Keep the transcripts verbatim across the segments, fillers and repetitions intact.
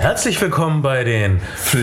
Herzlich willkommen bei den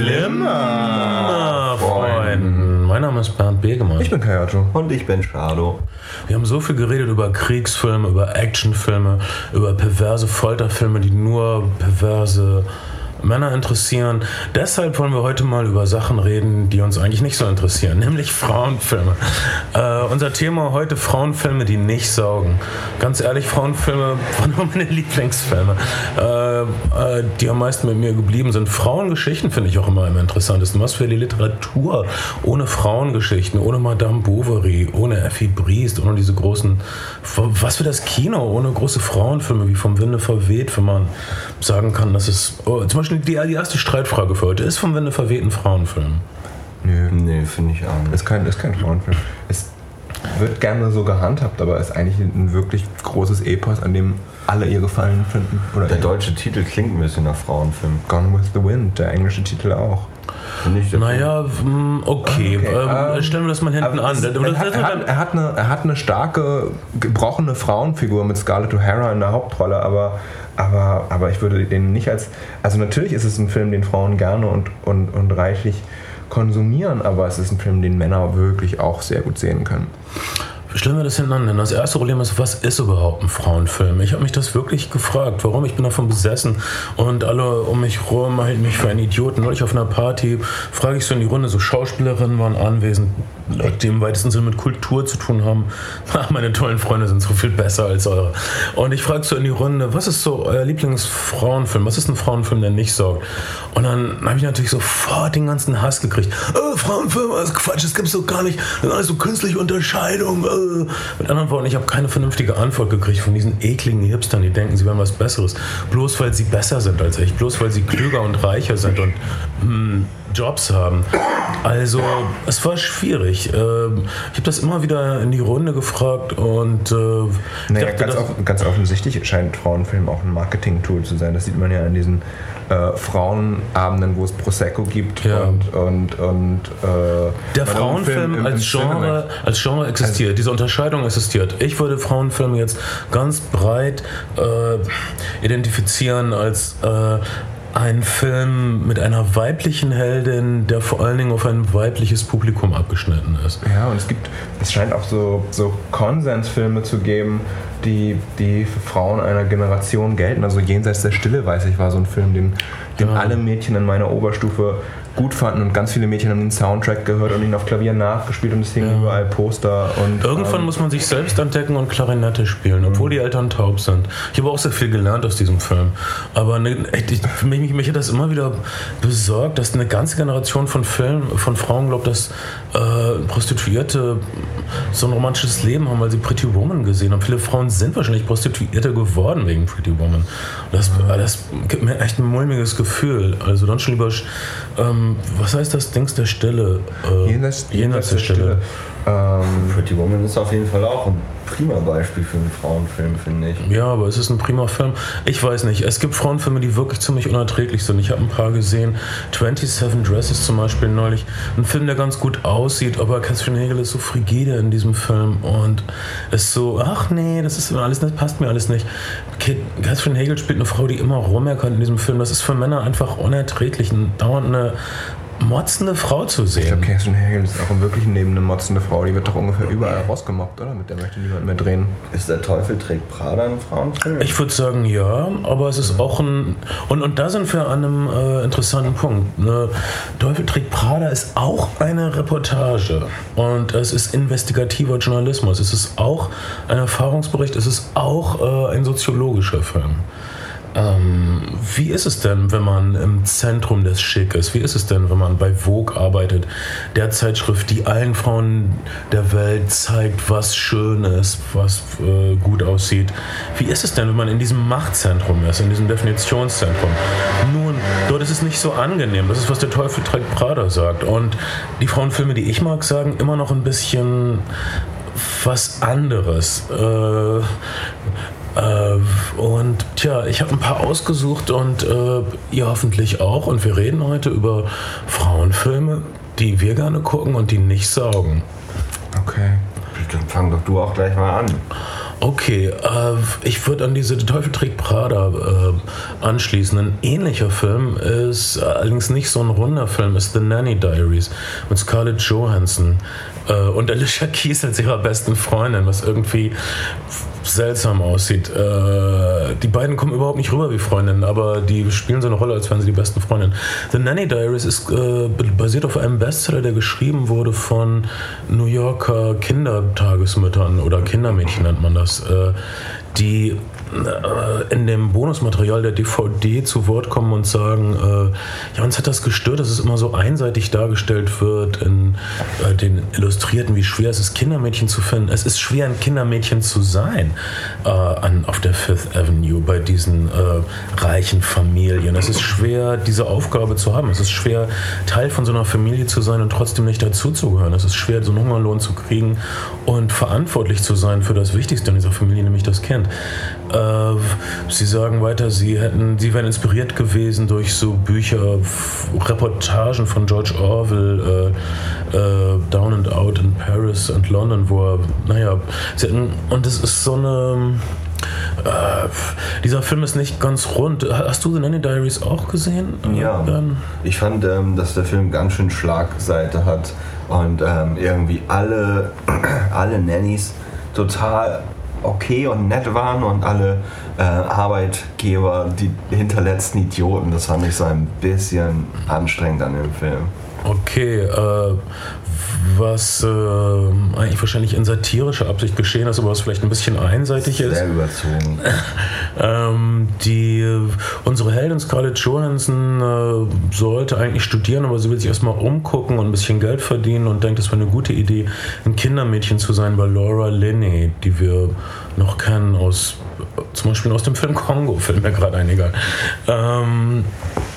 Flimmerfreunden. Mein Name ist Bernd Begemann. Ich bin Kayato. Und ich bin Shado. Wir haben so viel geredet über Kriegsfilme, über Actionfilme, über perverse Folterfilme, die nur perverse Männer interessieren. Deshalb wollen wir heute mal über Sachen reden, die uns eigentlich nicht so interessieren, nämlich Frauenfilme. Äh, unser Thema heute: Frauenfilme, die nicht saugen. Ganz ehrlich, Frauenfilme waren immer meine Lieblingsfilme, äh, äh, die am meisten mit mir geblieben sind. Frauengeschichten finde ich auch immer am interessantesten. Was für die Literatur ohne Frauengeschichten, ohne Madame Bovary, ohne Effie Briest, ohne diese großen, was für das Kino, ohne große Frauenfilme wie Vom Winde verweht, wenn man sagen kann, dass es, oh, zum Beispiel die, die erste Streitfrage für heute: Ist Vom Winde verweht ein Frauenfilm? Nö. Nee, finde ich auch nicht. Ist kein, ist kein Frauenfilm. Es wird gerne so gehandhabt, aber ist eigentlich ein wirklich großes Epos, an dem alle ihr Gefallen finden. Oder der deutsche Titel klingt ein bisschen nach Frauenfilm. Gone with the Wind, der englische Titel auch. Nicht naja, okay. okay. Ähm, stellen wir das mal hinten an. Es, er, hat, er, hat, er, hat eine, er hat eine starke, gebrochene Frauenfigur mit Scarlett O'Hara in der Hauptrolle, aber, aber, aber ich würde den nicht als... Also natürlich ist es ein Film, den Frauen gerne und, und, und reichlich konsumieren, aber es ist ein Film, den Männer wirklich auch sehr gut sehen können. Stellen wir das hintereinander. Das erste Problem ist, was ist überhaupt ein Frauenfilm? Ich habe mich das wirklich gefragt. Warum? Ich bin davon besessen und alle um mich herum halten mich für einen Idioten. Neulich auf einer Party frage ich so in die Runde, so Schauspielerinnen waren anwesend, die im weitesten Sinne mit Kultur zu tun haben. Ach, meine tollen Freunde sind so viel besser als eure. Und ich frage so in die Runde, was ist so euer Lieblingsfrauenfilm? Was ist ein Frauenfilm, der nicht saugt? Und dann habe ich natürlich sofort den ganzen Hass gekriegt. Äh, Frauenfilm, das ist Quatsch, das gibt's doch gar nicht. Das ist alles so künstliche Unterscheidung. Äh. Mit anderen Worten, ich habe keine vernünftige Antwort gekriegt von diesen ekligen Hipstern, die denken, sie wären was Besseres. Bloß weil sie besser sind als ich. Bloß weil sie klüger und reicher sind und mh, Jobs haben. Also, es war schwierig. Ich habe das immer wieder in die Runde gefragt und äh, naja, dachte, ganz, off- ganz offensichtlich scheint Frauenfilm auch ein Marketing-Tool zu sein. Das sieht man ja an diesen äh, Frauenabenden, wo es Prosecco gibt ja. und, und, und äh, der Frauenfilm im, als, Genre, als Genre existiert. Also, diese Unterscheidung existiert. Ich würde Frauenfilme jetzt ganz breit äh, identifizieren als äh, ein Film mit einer weiblichen Heldin, der vor allen Dingen auf ein weibliches Publikum abgeschnitten ist. Ja, und es gibt, es scheint auch so, so Konsensfilme zu geben, die, die für Frauen einer Generation gelten. Also Jenseits der Stille, weiß ich, war so ein Film, den, den ja. alle Mädchen in meiner Oberstufe gut fanden und ganz viele Mädchen haben den Soundtrack gehört und ihn auf Klavier nachgespielt und es hingen ja. überall Poster. Und, Irgendwann ähm, muss man sich selbst entdecken und Klarinette spielen, obwohl die Eltern taub sind. Ich habe auch sehr viel gelernt aus diesem Film. Aber ne, ich, mich, mich hat das immer wieder besorgt, dass eine ganze Generation von Filmen, von Frauen glaubt, dass äh, Prostituierte so ein romantisches Leben haben, weil sie Pretty Woman gesehen haben. Viele Frauen sind wahrscheinlich Prostituierte geworden wegen Pretty Woman. Das, ja. das gibt mir echt ein mulmiges Gefühl. Also dann schon lieber... Ähm, was heißt das Dings der Stille? Äh, jenseits, jenseits der Stille. Stille. Ähm, Pretty Woman ist auf jeden Fall auch ein prima Beispiel für einen Frauenfilm, finde ich. Ja, aber es ist ein prima Film. Ich weiß nicht, es gibt Frauenfilme, die wirklich ziemlich unerträglich sind. Ich habe ein paar gesehen. twenty-seven Dresses zum Beispiel neulich. Ein Film, der ganz gut aussieht, aber Catherine Hegel ist so frigide in diesem Film und ist so, ach nee, das ist alles, das passt mir alles nicht. Catherine Hegel spielt eine Frau, die immer rummeckert in diesem Film. Das ist für Männer einfach unerträglich. Dauernd eine motzende Frau zu sehen. Ich glaube, Catherine Hegel ist auch im wirklichen Leben eine motzende Frau. Die wird doch ungefähr überall rausgemobbt, oder? Mit der möchte niemand mehr drehen. Ist Der Teufel trägt Prada ein Frauenfilm? Ich würde sagen, ja, aber es ist auch ein... Und, und da sind wir an einem äh, interessanten Punkt. Ne? Teufel trägt Prada ist auch eine Reportage und es ist investigativer Journalismus. Es ist auch ein Erfahrungsbericht, es ist auch äh, ein soziologischer Film. Ähm, wie ist es denn, wenn man im Zentrum des Schick ist? Wie ist es denn, wenn man bei Vogue arbeitet? Der Zeitschrift, die allen Frauen der Welt zeigt, was schön ist, was äh, gut aussieht. Wie ist es denn, wenn man in diesem Machtzentrum ist, in diesem Definitionszentrum? Nun, dort ist es nicht so angenehm. Das ist, was der Teufel trägt Prada sagt. Und die Frauenfilme, die ich mag, sagen immer noch ein bisschen was anderes. Äh, Äh, und tja, ich habe ein paar ausgesucht und äh, ihr hoffentlich auch. Und wir reden heute über Frauenfilme, die wir gerne gucken und die nicht saugen. Okay. Dann fang doch du auch gleich mal an. Okay, äh, ich würde an diese Der Teufel trägt Prada äh, anschließen. Ein ähnlicher Film ist allerdings nicht so ein runder Film, ist The Nanny Diaries mit Scarlett Johansson äh, und Alicia Keys als ihrer besten Freundin, was irgendwie seltsam aussieht. Äh, die beiden kommen überhaupt nicht rüber wie Freundinnen, aber die spielen so eine Rolle, als wären sie die besten Freundinnen. The Nanny Diaries ist äh, basiert auf einem Bestseller, der geschrieben wurde von New Yorker Kindertagesmüttern oder Kindermädchen nennt man das, äh, die äh, in dem Bonusmaterial der D V D zu Wort kommen und sagen, äh, ja, uns hat das gestört, dass es immer so einseitig dargestellt wird in äh, den Illustrierten, wie schwer es ist, Kindermädchen zu finden. Es ist schwer, ein Kindermädchen zu sein äh, an, auf der Fifth Avenue bei diesen äh, reichen Familien. Es ist schwer, diese Aufgabe zu haben. Es ist schwer, Teil von so einer Familie zu sein und trotzdem nicht dazuzugehören. Es ist schwer, so einen Hungerlohn zu kriegen und verantwortlich zu sein für das Wichtigste in dieser Familie, nämlich das Kind. Äh, Sie sagen weiter, Sie hätten, Sie wären inspiriert gewesen durch so Bücher, Reportagen von George Orwell, äh, äh, Down and Out in Paris and London, wo er, naja, Sie hätten, und es ist so eine, äh, dieser Film ist nicht ganz rund. Hast du The Nanny Diaries auch gesehen? Ja, Ben? Ich fand, ähm, dass der Film ganz schön Schlagseite hat und ähm, irgendwie alle, alle Nannies total okay und nett waren und alle äh, Arbeitgeber die hinterletzten Idioten. Das fand ich so ein bisschen anstrengend an dem Film. Okay, äh, was äh, eigentlich wahrscheinlich in satirischer Absicht geschehen ist, aber was vielleicht ein bisschen einseitig ist. Sehr überzogen. ähm, die, unsere Heldin Scarlett Johansson äh, sollte eigentlich studieren, aber sie will sich erstmal umgucken und ein bisschen Geld verdienen und denkt, es wäre eine gute Idee, ein Kindermädchen zu sein bei Laura Linney, die wir noch kennen aus, zum Beispiel aus dem Film Kongo, fällt mir gerade ein, egal. Ähm,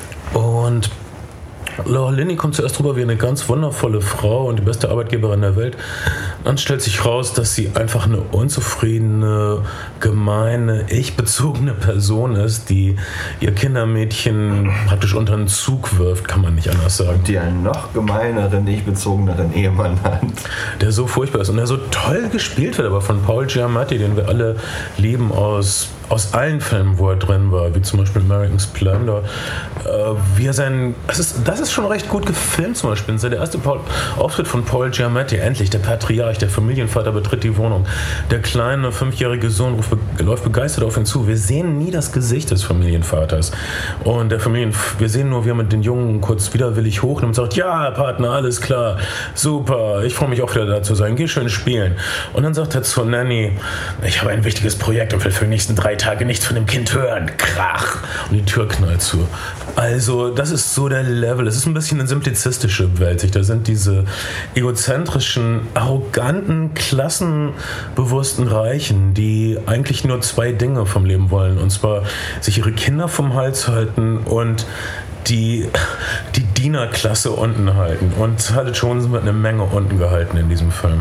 und Laura Linney kommt zuerst rüber wie eine ganz wundervolle Frau und die beste Arbeitgeberin der Welt. Dann stellt sich raus, dass sie einfach eine unzufriedene, gemeine, ich-bezogene Person ist, die ihr Kindermädchen praktisch unter einen Zug wirft, kann man nicht anders sagen. Die einen noch gemeineren, ich-bezogeneren Ehemann hat. Der so furchtbar ist und der so toll gespielt wird, aber von Paul Giamatti, den wir alle lieben aus, aus allen Filmen, wo er drin war, wie zum Beispiel American Splendor. Äh, wie er sein, das ist, das ist schon recht gut gefilmt zum Beispiel. Das ist der erste Paul, Auftritt von Paul Giamatti, endlich, der Patriarch, der Familienvater betritt die Wohnung. Der kleine fünfjährige Sohn ruft, läuft begeistert auf ihn zu. Wir sehen nie das Gesicht des Familienvaters. Und der Familien, wir sehen nur, wie er mit den Jungen kurz widerwillig hochnimmt und sagt, ja, Partner, alles klar, super, ich freue mich auch wieder da zu sein, geh schön spielen. Und dann sagt er zur Nanny, ich habe ein wichtiges Projekt und will für die nächsten drei Tage nichts von dem Kind hören. Krach. Und die Tür knallt zu. Also, das ist so der Level. Es ist ein bisschen eine simplizistische Welt. Da sind diese egozentrischen, arroganten, klassenbewussten Reichen, die eigentlich nur zwei Dinge vom Leben wollen. Und zwar sich ihre Kinder vom Hals halten und die, die Dienerklasse unten halten. Und Scarlett Johansson wird eine Menge unten gehalten in diesem Film.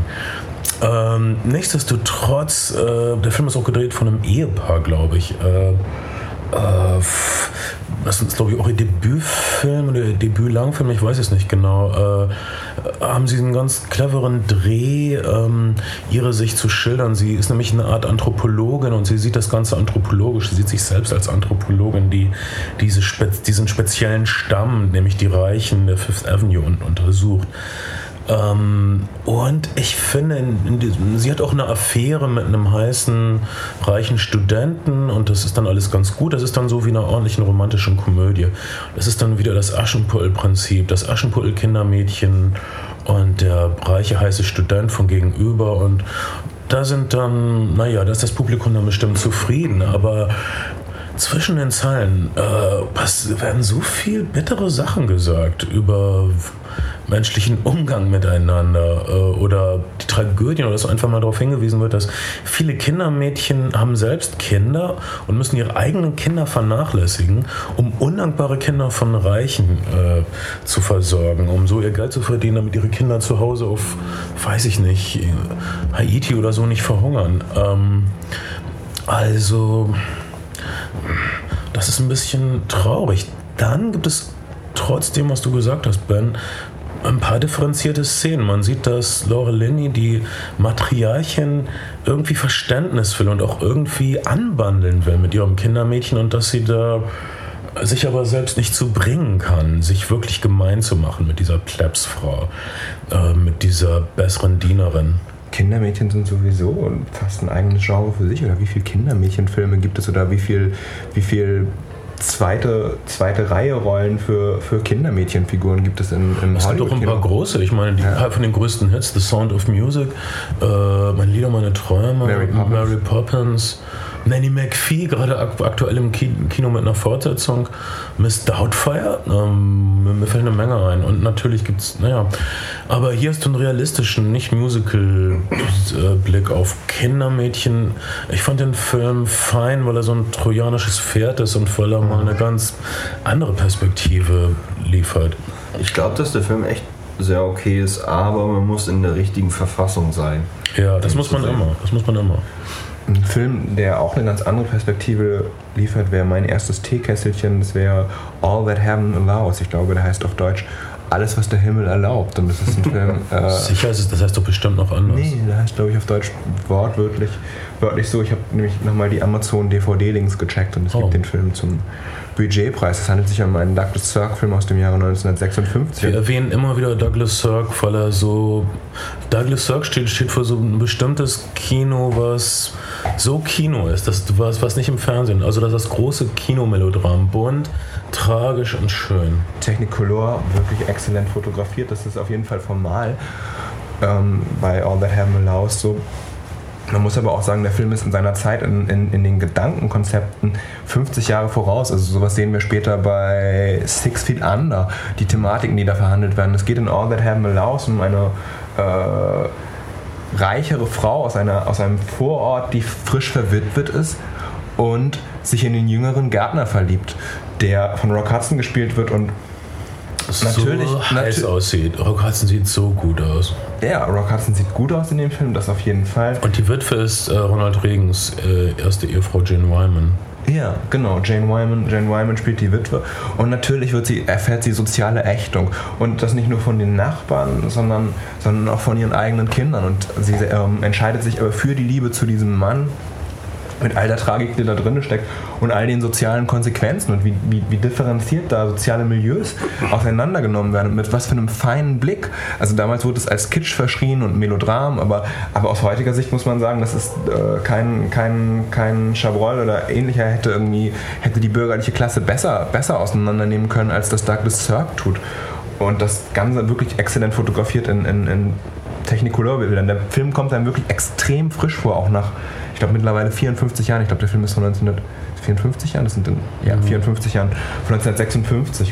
Ähm, nichtsdestotrotz, äh, der Film ist auch gedreht von einem Ehepaar, glaube ich. Äh, äh, das ist, glaube ich, auch ihr Debütfilm oder ihr Debüt-Langfilm, ich weiß es nicht genau. Äh, haben sie einen ganz cleveren Dreh, ähm, ihre Sicht zu schildern. Sie ist nämlich eine Art Anthropologin und sie sieht das Ganze anthropologisch. Sie sieht sich selbst als Anthropologin, die diese Spe- diesen speziellen Stamm, nämlich die Reichen der Fifth Avenue, un- untersucht. Ähm, und ich finde, in, in diesem, sie hat auch eine Affäre mit einem heißen, reichen Studenten und das ist dann alles ganz gut. Das ist dann so wie in einer ordentlichen romantischen Komödie. Das ist dann wieder das Aschenputtel-Prinzip, das Aschenputtel-Kindermädchen und der reiche, heiße Student von gegenüber und da sind dann, naja, da ist das Publikum dann bestimmt zufrieden, aber zwischen den Zeilen äh, was, werden so viel bittere Sachen gesagt über menschlichen Umgang miteinander äh, oder die Tragödien oder dass einfach mal darauf hingewiesen wird, dass viele Kindermädchen haben selbst Kinder und müssen ihre eigenen Kinder vernachlässigen, um undankbare Kinder von Reichen äh, zu versorgen, um so ihr Geld zu verdienen, damit ihre Kinder zu Hause auf, weiß ich nicht, Haiti oder so nicht verhungern. Ähm, also das ist ein bisschen traurig. Dann gibt es trotzdem, was du gesagt hast, Ben, ein paar differenzierte Szenen. Man sieht, dass Laura Linney die Matriarchin irgendwie verständnisvoll und auch irgendwie anbandeln will mit ihrem Kindermädchen und dass sie da sich aber selbst nicht zu bringen kann, sich wirklich gemein zu machen mit dieser Plebsfrau, äh, mit dieser besseren Dienerin. Kindermädchen sind sowieso fast ein eigenes Genre für sich. Oder wie viele Kindermädchenfilme gibt es oder wie viel, wie viel zweite, zweite Reihe Rollen für, für Kindermädchenfiguren gibt es in, in es gibt auch ein paar große. Ich meine, die ja. paar von den größten Hits, The Sound of Music, äh, Mein Lieder, meine Träume, Mary Poppins, Mary Poppins, Nanny McPhee, gerade aktuell im Kino mit einer Fortsetzung, Miss Doubtfire, ähm, mir fällt eine Menge ein. Und natürlich gibt es, naja, aber hier hast du einen realistischen, nicht Musical-Blick auf Kindermädchen. Ich fand den Film fein, weil er so ein trojanisches Pferd ist und weil er mal eine ganz andere Perspektive liefert. Ich glaube, dass der Film echt sehr okay ist, aber man muss in der richtigen Verfassung sein. Ja, das muss man immer, das muss man immer. Ein Film, der auch eine ganz andere Perspektive liefert, wäre mein erstes Teekesselchen. Das wäre All That Heaven Allows. Ich glaube, der heißt auf Deutsch Alles, was der Himmel erlaubt. Und das ist ein Film... Äh, Sicher ist es, das heißt doch bestimmt noch anders. Nee, der heißt, glaube ich, auf Deutsch wortwörtlich wörtlich so. Ich habe nämlich nochmal die Amazon-D V D-Links gecheckt und es oh. gibt den Film zum Budgetpreis. Es handelt sich um einen Douglas Sirk-Film aus dem Jahre neunzehnhundertsechsundfünfzig. Wir erwähnen immer wieder Douglas Sirk, weil er so... Douglas Sirk steht, steht für so ein bestimmtes Kino, was so Kino ist, das, was, was nicht im Fernsehen, also das ist das große Kinomelodram, bunt, tragisch und schön. Technicolor, wirklich exzellent fotografiert, das ist auf jeden Fall formal ähm, bei All That Heaven Allows so. Man muss aber auch sagen, der Film ist in seiner Zeit in, in, in den Gedankenkonzepten fünfzig Jahre voraus. Also sowas sehen wir später bei Six Feet Under, die Thematiken, die da verhandelt werden. Es geht in All That Heaven Allows um eine äh, reichere Frau aus, einer, aus einem Vorort, die frisch verwitwet ist und sich in den jüngeren Gärtner verliebt, der von Rock Hudson gespielt wird und natürlich so heiß natu- aussieht. Rock Hudson sieht so gut aus. Ja, Rock Hudson sieht gut aus in dem Film, das auf jeden Fall. Und die Witwe ist äh, Ronald Reagans äh, erste Ehefrau Jane Wyman. Ja, genau, Jane Wyman, Jane Wyman spielt die Witwe und natürlich wird sie, erfährt sie soziale Ächtung und das nicht nur von den Nachbarn, sondern, sondern auch von ihren eigenen Kindern und sie ähm, entscheidet sich aber für die Liebe zu diesem Mann mit all der Tragik, die da drin steckt und all den sozialen Konsequenzen und wie, wie, wie differenziert da soziale Milieus auseinandergenommen werden und mit was für einem feinen Blick. Also damals wurde es als Kitsch verschrien und Melodram, aber, aber aus heutiger Sicht muss man sagen, das ist äh, kein, kein, kein Chabrol oder ähnlicher hätte irgendwie hätte die bürgerliche Klasse besser, besser auseinandernehmen können, als das Douglas Sirk tut. Und das Ganze wirklich exzellent fotografiert in, in, in Technicolor-Bildern. Der Film kommt einem wirklich extrem frisch vor, auch nach ich glaube mittlerweile vierundfünfzig Jahren, ich glaube der Film ist von neunzehnhundertvierundfünfzig Jahren, das sind in, ja, vierundfünfzig Jahren, von neunzehnhundertsechsundfünfzig.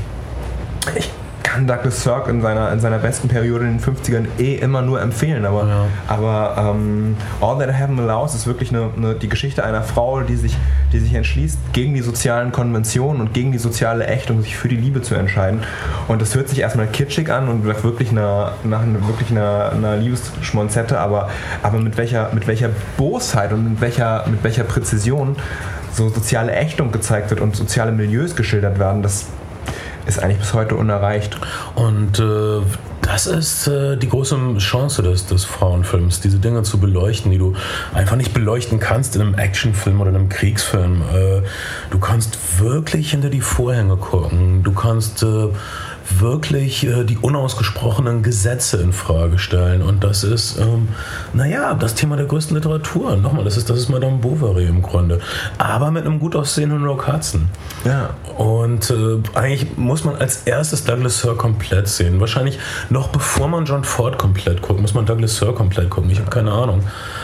Ich kann Douglas Sirk in seiner, in seiner besten Periode in den fünfzigern eh immer nur empfehlen, aber, ja. aber ähm, All That Heaven Allows ist wirklich eine, eine, die Geschichte einer Frau, die sich, die sich entschließt, gegen die sozialen Konventionen und gegen die soziale Ächtung sich für die Liebe zu entscheiden. Und das hört sich erstmal kitschig an und nach wirklich einer, nach einer, wirklich einer, einer Liebesschmonzette, aber, aber mit, welcher, mit welcher Bosheit und mit welcher, mit welcher Präzision so soziale Ächtung gezeigt wird und soziale Milieus geschildert werden, das ist eigentlich bis heute unerreicht. Und äh, das ist äh, die große Chance des, des Frauenfilms, diese Dinge zu beleuchten, die du einfach nicht beleuchten kannst in einem Actionfilm oder in einem Kriegsfilm. Äh, du kannst wirklich hinter die Vorhänge gucken. Du kannst äh, wirklich äh, die unausgesprochenen Gesetze in Frage stellen. Und das ist, ähm, naja, das Thema der größten Literatur. Nochmal, das ist, das ist Madame Bovary im Grunde. Aber mit einem gut aussehenden Rock Hudson. Ja. Und äh, eigentlich muss man als erstes Douglas Sirk komplett sehen. Wahrscheinlich noch bevor man John Ford komplett guckt, muss man Douglas Sirk komplett gucken. Ich habe keine Ahnung.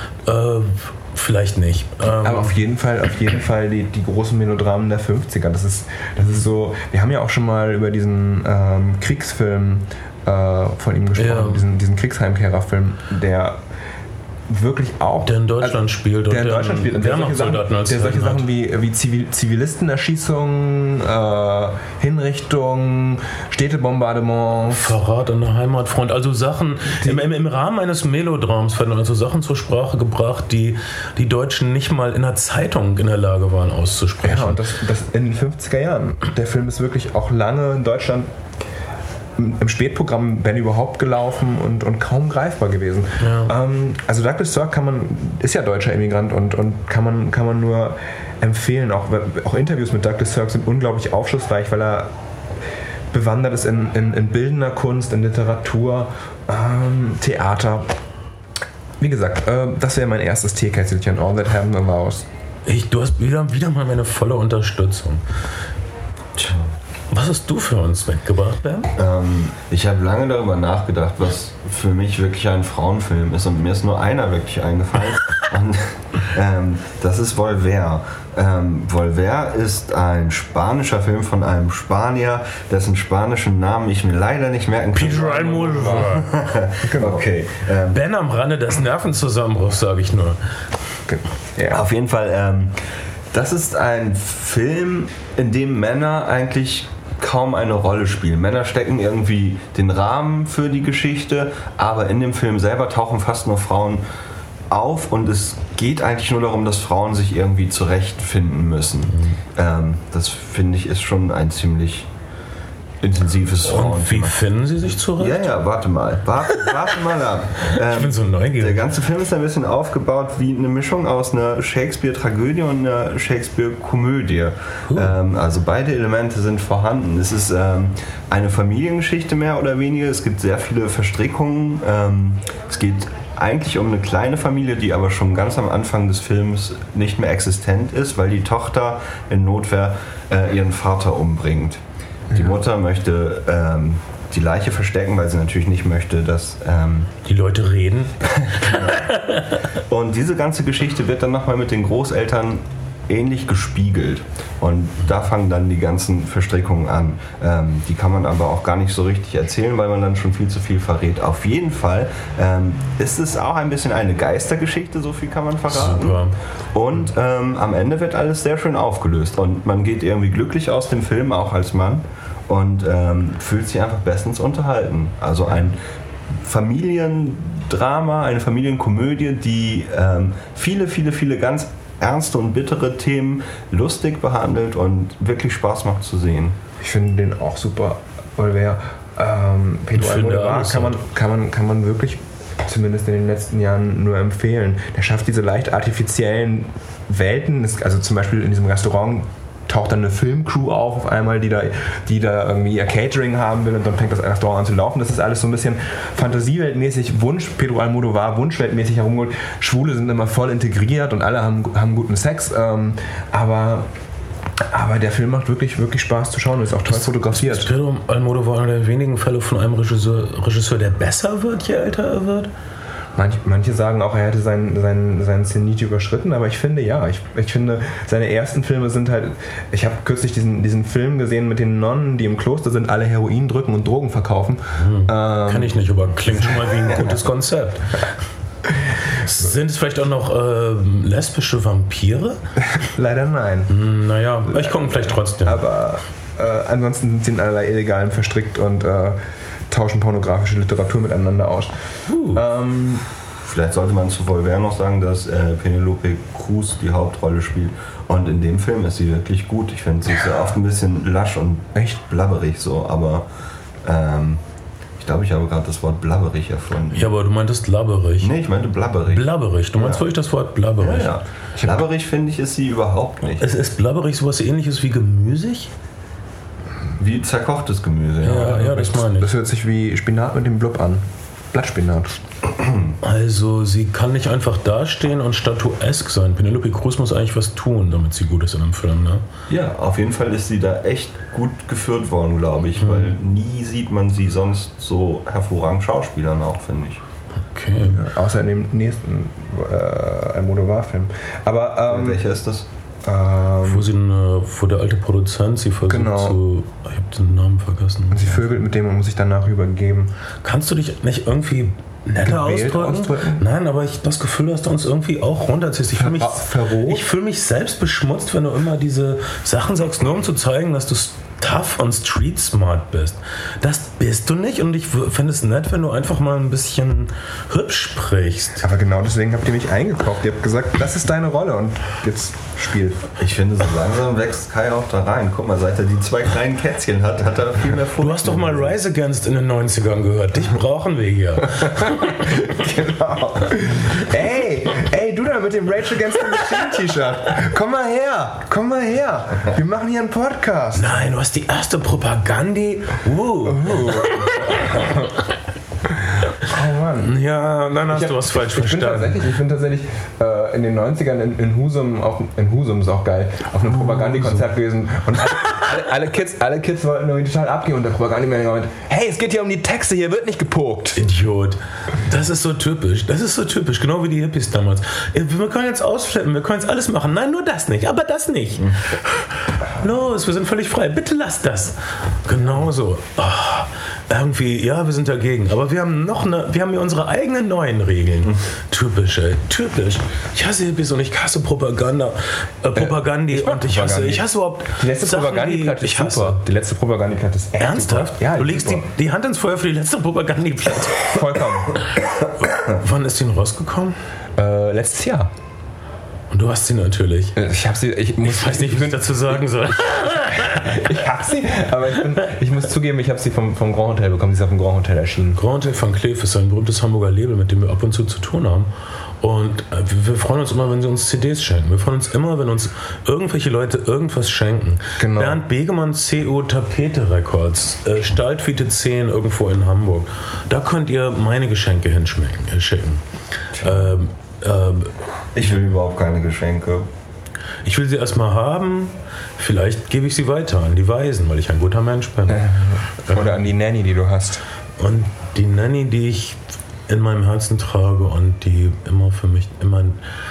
Äh, Vielleicht nicht. Ähm Aber auf jeden Fall, auf jeden Fall die, die großen Melodramen der fünfziger. Das ist, das ist so. Wir haben ja auch schon mal über diesen ähm, Kriegsfilm äh, von ihm gesprochen, ja. diesen, diesen Kriegsheimkehrerfilm, der wirklich auch. Der in Deutschland also, spielt. Der in Deutschland spielt. Und der solche Sachen, der solche Sachen wie, wie Zivil, Zivilistenerschießungen, äh, Hinrichtungen, Städtebombardements. Verrat an der Heimatfront. Also Sachen, im, im, im Rahmen eines Melodrams werden also Sachen zur Sprache gebracht, die die Deutschen nicht mal in der Zeitung in der Lage waren auszusprechen. Ja, und das, das in den fünfziger Jahren. Der Film ist wirklich auch lange in Deutschland im, im Spätprogramm, wenn überhaupt, gelaufen und, und kaum greifbar gewesen. Ja. Ähm, also Douglas Sirk kann man, ist ja deutscher Immigrant und, und kann, man, kann man nur empfehlen. Auch, auch Interviews mit Douglas Sirk sind unglaublich aufschlussreich, weil er bewandert ist in, in, in bildender Kunst, in Literatur, ähm, Theater. Wie gesagt, äh, das wäre mein erstes Teekesselchen, All That Heaven Allows. Ich, du hast wieder, wieder mal meine volle Unterstützung. Tja. Was hast du für uns mitgebracht, Ben? Ähm, ich habe lange darüber nachgedacht, was für mich wirklich ein Frauenfilm ist, und mir ist nur einer wirklich eingefallen. Und ähm, das ist Volver. Ähm, Volver ist ein spanischer Film von einem Spanier, dessen spanischen Namen ich mir leider nicht merken kann. Pedro Almodóvar. Genau. Okay. Ähm, Ben am Rande des Nervenzusammenbruchs, sage ich nur. Ja. Auf jeden Fall, ähm, das ist ein Film, in dem Männer eigentlich kaum eine Rolle spielen. Männer stecken irgendwie den Rahmen für die Geschichte, aber in dem Film selber tauchen fast nur Frauen auf, und es geht eigentlich nur darum, dass Frauen sich irgendwie zurechtfinden müssen. Mhm. Ähm, das finde ich ist schon ein ziemlich intensives Frauenthema. Und wie finden sie sich zurecht? Ja, ja, warte mal. Warte, warte mal ab. Ähm, ich bin so neugierig. Der ganze Film ist ein bisschen aufgebaut wie eine Mischung aus einer Shakespeare-Tragödie und einer Shakespeare-Komödie. Uh. Ähm, also beide Elemente sind vorhanden. Es ist ähm, eine Familiengeschichte mehr oder weniger. Es gibt sehr viele Verstrickungen. Ähm, es geht eigentlich um eine kleine Familie, die aber schon ganz am Anfang des Films nicht mehr existent ist, weil die Tochter in Notwehr äh, ihren Vater umbringt. Die Mutter möchte ähm, die Leiche verstecken, weil sie natürlich nicht möchte, dass ähm, die Leute reden. Und diese ganze Geschichte wird dann nochmal mit den Großeltern ähnlich gespiegelt. Und da fangen dann die ganzen Verstrickungen an. Ähm, die kann man aber auch gar nicht so richtig erzählen, weil man dann schon viel zu viel verrät. Auf jeden Fall ähm, ist es auch ein bisschen eine Geistergeschichte, so viel kann man verraten. Super. Und ähm, am Ende wird alles sehr schön aufgelöst. Und man geht irgendwie glücklich aus dem Film, auch als Mann, und ähm, fühlt sich einfach bestens unterhalten. Also ein Familiendrama, eine Familienkomödie, die ähm, viele, viele, viele ganz ernste und bittere Themen lustig behandelt und wirklich Spaß macht zu sehen. Ich finde den auch super, weil wer ähm, Pedro Almodóvar kann man, kann, man, kann man wirklich zumindest in den letzten Jahren nur empfehlen. Der schafft diese leicht artifiziellen Welten, also zum Beispiel in diesem Restaurant taucht dann eine Filmcrew auf auf einmal, die da, die da irgendwie ihr Catering haben will, und dann fängt das Restaurant an zu laufen. Das ist alles so ein bisschen fantasieweltmäßig, Wunsch, Pedro Almodóvar wunschweltmäßig herumgeholt. Schwule sind immer voll integriert und alle haben, haben guten Sex, ähm, aber aber der Film macht wirklich, wirklich Spaß zu schauen und ist auch toll ist, fotografiert. Ist Pedro Almodóvar einer der wenigen Fälle von einem Regisseur, Regisseur, der besser wird, je älter er wird? Manch, manche sagen auch, er hätte seinen, seinen, seinen Zenit überschritten, aber ich finde ja. Ich, ich finde, seine ersten Filme sind halt. Ich habe kürzlich diesen, diesen Film gesehen mit den Nonnen, die im Kloster sind, alle Heroin drücken und Drogen verkaufen. Hm. Ähm, Kann ich nicht, aber klingt schon mal wie ein gutes Konzept. Sind es vielleicht auch noch äh, lesbische Vampire? Leider nein. Hm, naja, ich komme vielleicht trotzdem. Aber äh, ansonsten sind sie in allerlei Illegalen verstrickt und äh, tauschen pornografische Literatur miteinander aus. Uh. Ähm, Vielleicht sollte man zu Volver noch sagen, dass äh, Penelope Cruz die Hauptrolle spielt. Und in dem Film ist sie wirklich gut. Ich finde, sie ist ja oft ein bisschen lasch und echt blabberig so, aber ähm, ich glaube, ich habe gerade das Wort blabberig erfunden. Ja, aber du meintest labberig. Nee, ich meinte blabberig. Blabberig, du meinst ja wirklich das Wort blabberig? Ja, ja. Blabberig finde ich ist sie überhaupt nicht. Es ist blabberig sowas ähnliches wie gemüsig? Wie zerkochtes Gemüse, ja. Ja, ja, das meine ich. Das hört sich wie Spinat mit dem Blub an. Blattspinat. Also sie kann nicht einfach dastehen und statuesk sein. Penelope Cruz muss eigentlich was tun, damit sie gut ist in einem Film, ne? Ja, auf jeden Fall ist sie da echt gut geführt worden, glaube ich, mhm. weil nie sieht man sie sonst so hervorragend Schauspielern auch, finde ich. Okay. Ja, außer in dem nächsten äh, Almodóvar-Film. Aber ähm, welcher ist das? Ähm, wo, sie eine, wo der alte Produzent sie versucht genau. zu... Ich habe den Namen vergessen. Und sie vögelt mit dem und muss sich danach übergeben. Kannst du dich nicht irgendwie netter ausdrücken? ausdrücken? Nein, aber ich habe das Gefühl, dass du uns irgendwie auch runterziehst. Ich fühle mich, fühl mich selbst beschmutzt, wenn du immer diese Sachen sagst, nur um zu zeigen, dass du tough und street smart bist. Das bist du nicht und ich finde es nett, wenn du einfach mal ein bisschen hübsch sprichst. Aber genau deswegen habt ihr mich eingekauft. Ihr habt gesagt, das ist deine Rolle und jetzt spiel. Ich finde, so langsam wächst Kai auch da rein. Guck mal, seit er die zwei kleinen Kätzchen hat, hat er viel mehr Fotos. Du hast doch mal Rise Against in den neunzigern gehört. Dich brauchen wir hier. Genau. Ey, ey, du da mit dem Rage Against the Machine T-Shirt. Komm mal her, komm mal her. Wir machen hier einen Podcast. Nein, du hast die erste Propagandi. Uh. Oh. Oh Mann. Ja, dann hast ich du hab, was falsch ich, ich verstanden. Bin tatsächlich, ich bin tatsächlich äh, in den neunzigern in, in Husum, auf, in Husum ist auch geil, auf einem Propagandikonzert gewesen und alle, alle, alle, Kids, alle Kids wollten irgendwie total abgehen und der Propagandamanager meint, hey, es geht hier um die Texte, hier wird nicht gepokt. Idiot. Das ist so typisch. Das ist so typisch, genau wie die Hippies damals. Wir können jetzt ausflippen, wir können jetzt alles machen. Nein, nur das nicht, aber das nicht. Los, wir sind völlig frei. Bitte lass das. Genauso. Oh, irgendwie, ja, wir sind dagegen. Aber wir haben noch eine, wir haben hier unsere eigenen neuen Regeln. Typisch, ey. Typisch. Ich hasse Hippies und ich hasse Propaganda. Äh, Propagandi ich und ich hasse, Propagandi. ich hasse überhaupt. Die letzte Propagandiplatte ist super. Die letzte Propagandiplatte ist echt Ernsthaft? super. Ja, du legst die, die Hand ins Feuer für die letzte Propagandiplatte. Vollkommen. Wann ist die denn rausgekommen? Äh, letztes Jahr. Und du hast sie natürlich. Ich hab sie. Ich, muss, Ich weiß nicht, was ich dazu sagen soll. ich hab sie, aber ich, bin, ich muss zugeben, ich habe sie vom, vom Grand Hotel bekommen. Sie ist auf dem Grand Hotel erschienen. Grand Hotel van Cleef ist ein berühmtes Hamburger Label, mit dem wir ab und zu zu tun haben. Und äh, wir, wir freuen uns immer, wenn sie uns C Ds schenken. Wir freuen uns immer, wenn uns irgendwelche Leute irgendwas schenken. Genau. Bernd Begemann, C O Tapete Records, äh, Stalltwiete zehn irgendwo in Hamburg. Da könnt ihr meine Geschenke hinschicken. Äh, schicken. Ähm, ähm, Ich will überhaupt keine Geschenke. Ich will sie erstmal haben, vielleicht gebe ich sie weiter an die Waisen, weil ich ein guter Mensch bin. Oder an die Nanny, die du hast. Und die Nanny, die ich in meinem Herzen trage und die immer für mich, immer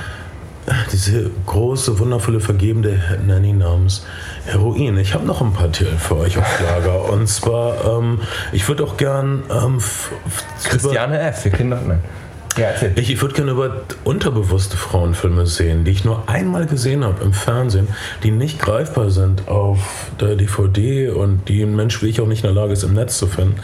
diese große, wundervolle, vergebende Nanny namens Heroin. Ich habe noch ein paar Titel für euch auf Lager. Und zwar, ähm, ich würde auch gern ähm, f- f- Christiane F., wir kennen doch nein. Ja, erzähl. Ich, ich würde gerne über unterbewusste Frauenfilme sehen, die ich nur einmal gesehen habe im Fernsehen, die nicht greifbar sind auf der D V D und die ein Mensch wie ich auch nicht in der Lage ist, im Netz zu finden.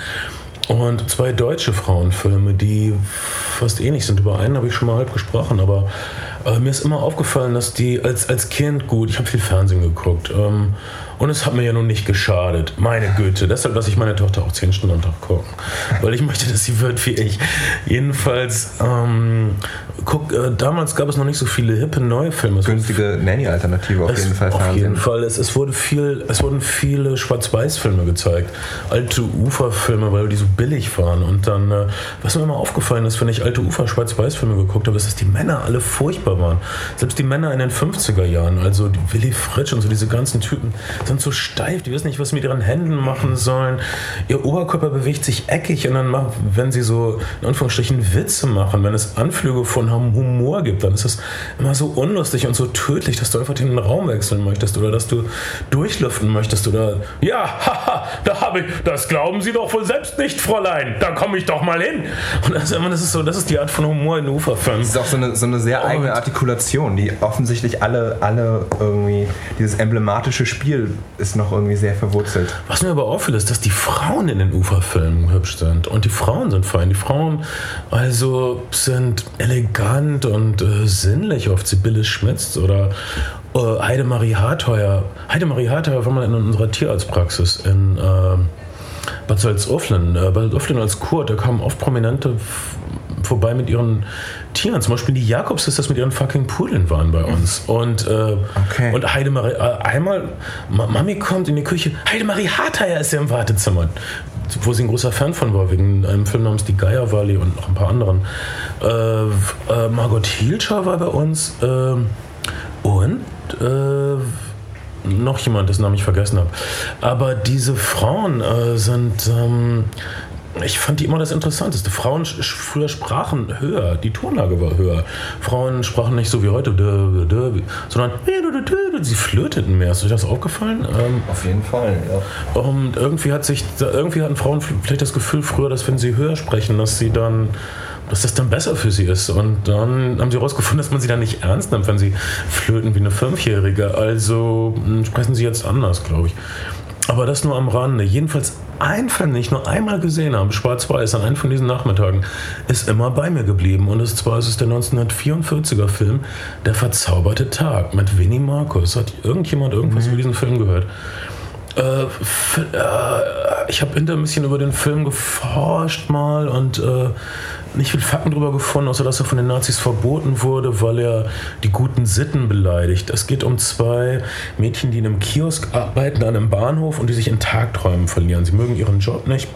Und zwei deutsche Frauenfilme, die fast ähnlich sind. Über einen habe ich schon mal halb gesprochen, aber äh, mir ist immer aufgefallen, dass die als, als Kind gut, ich habe viel Fernsehen geguckt, ähm, und es hat mir ja nun nicht geschadet. Meine Güte, deshalb lasse ich meine Tochter auch zehn Stunden am Tag gucken, weil ich möchte, dass sie wird wie ich. Jedenfalls, ähm, guck, äh, damals gab es noch nicht so viele hippe neue Filme. Günstige Nanny-Alternative auf Es- jeden Fall Auf Fernsehen. jeden Fall. Es, es, wurde viel, es wurden viele Schwarz-Weiß-Filme gezeigt. Alte Uferfilme, weil die so billig waren. Und dann, äh, was mir immer aufgefallen ist, wenn ich alte Ufer-Schwarz-Weiß-Filme geguckt habe, ist, dass die Männer alle furchtbar waren. Selbst die Männer in den fünfziger Jahren, also die Willy Fritsch und so diese ganzen Typen, sind so steif. Die wissen nicht, was sie mit ihren Händen machen sollen. Ihr Oberkörper bewegt sich eckig und dann, machen, wenn sie so in Anführungsstrichen Witze machen, wenn es Anflüge von Humor gibt, dann ist das immer so unlustig und so tödlich, dass du einfach den Raum wechseln möchtest oder dass du durchlüften möchtest oder ja, haha, da habe ich, das glauben Sie doch wohl selbst nicht, Fräulein, da komme ich doch mal hin. Und das ist, immer, das ist so, das ist die Art von Humor in Uferfilmen. Das ist auch so eine, so eine sehr eigene Artikulation, die offensichtlich alle, alle irgendwie, dieses emblematische Spiel ist noch irgendwie sehr verwurzelt. Was mir aber auffällt, ist, dass die Frauen in den Uferfilmen hübsch sind. Und die Frauen sind fein. Die Frauen also sind elegant und äh, sinnlich, oft Sibylle Schmitz oder äh, Heidemarie Hartheuer. Heidemarie Hartheuer war mal in unserer Tierarztpraxis in äh, Bad Salzuflen. Äh, Bad Salzuflen als Kurt, da kamen oft Prominente f- vorbei mit ihren Tieren. Zum Beispiel die Jakobs-Sisters mit ihren fucking Pudeln waren bei uns. Und, äh, Okay. und Heidemarie, äh, einmal, Ma- Mami kommt in die Küche, Heidemarie Hartheuer ist ja im Wartezimmer. Wo sie ein großer Fan von war, wegen einem Film namens Die Geierwalli und noch ein paar anderen. Äh, äh, Margot Hielscher war bei uns. Äh, und äh, noch jemand, dessen Namen ich vergessen habe. Aber diese Frauen äh, sind... Ähm, ich fand die immer das Interessanteste. Frauen sch- früher sprachen höher, die Tonlage war höher. Frauen sprachen nicht so wie heute, dö, dö, dö, sondern sie flöteten mehr. Ist euch das aufgefallen? Ähm, Auf jeden Fall, ja. und irgendwie hat sich, irgendwie hatten Frauen vielleicht das Gefühl früher, dass wenn sie höher sprechen, dass sie dann, dass das dann besser für sie ist. Und dann haben sie herausgefunden, dass man sie dann nicht ernst nimmt, wenn sie flöten wie eine Fünfjährige. Also mh, sprechen sie jetzt anders, glaube ich. Aber das nur am Rande. Jedenfalls ein Film, den ich nur einmal gesehen habe, Schwarz-Weiß, an einem von diesen Nachmittagen, ist immer bei mir geblieben. Und es zwar ist es der neunzehnhundertvierundvierziger Film Der verzauberte Tag mit Winnie Markus. Hat irgendjemand irgendwas mhm. über diesen Film gehört? Äh, f- äh, ich habe hinterher ein bisschen über den Film geforscht mal und äh, nicht viel Fakten drüber gefunden, außer dass er von den Nazis verboten wurde, weil er die guten Sitten beleidigt. Es geht um zwei Mädchen, die in einem Kiosk arbeiten, an einem Bahnhof und die sich in Tagträumen verlieren. Sie mögen ihren Job nicht.